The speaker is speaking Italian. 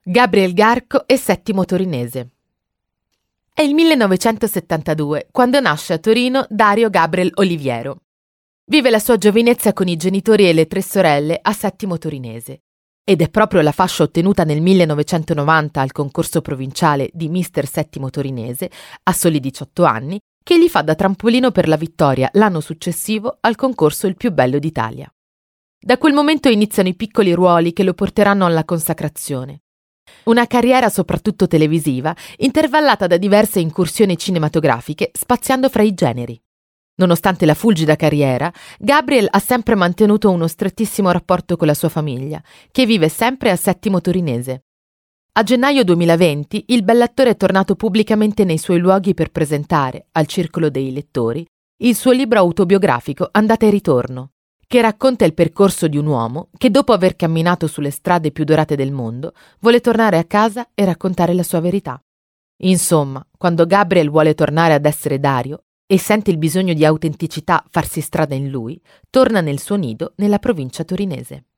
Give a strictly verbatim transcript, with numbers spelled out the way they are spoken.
Gabriel Garco e Settimo Torinese. È il millenovecentosettantadue quando nasce a Torino Dario Gabriel Oliviero. Vive la sua giovinezza con i genitori e le tre sorelle a Settimo Torinese. Ed è proprio la fascia ottenuta nel millenovecentonovanta al concorso provinciale di Mister Settimo Torinese, a soli diciotto anni, che gli fa da trampolino per la vittoria l'anno successivo al concorso Il più bello d'Italia. Da quel momento iniziano i piccoli ruoli che lo porteranno alla consacrazione. Una carriera soprattutto televisiva, intervallata da diverse incursioni cinematografiche, spaziando fra i generi. Nonostante la fulgida carriera, Gabriel ha sempre mantenuto uno strettissimo rapporto con la sua famiglia, che vive sempre a Settimo Torinese. A gennaio duemilaventi il bell'attore è tornato pubblicamente nei suoi luoghi per presentare, al Circolo dei Lettori, il suo libro autobiografico Andata e ritorno, che racconta il percorso di un uomo che, dopo aver camminato sulle strade più dorate del mondo, vuole tornare a casa e raccontare la sua verità. Insomma, quando Gabriel vuole tornare ad essere Dario e sente il bisogno di autenticità farsi strada in lui, torna nel suo nido nella provincia torinese.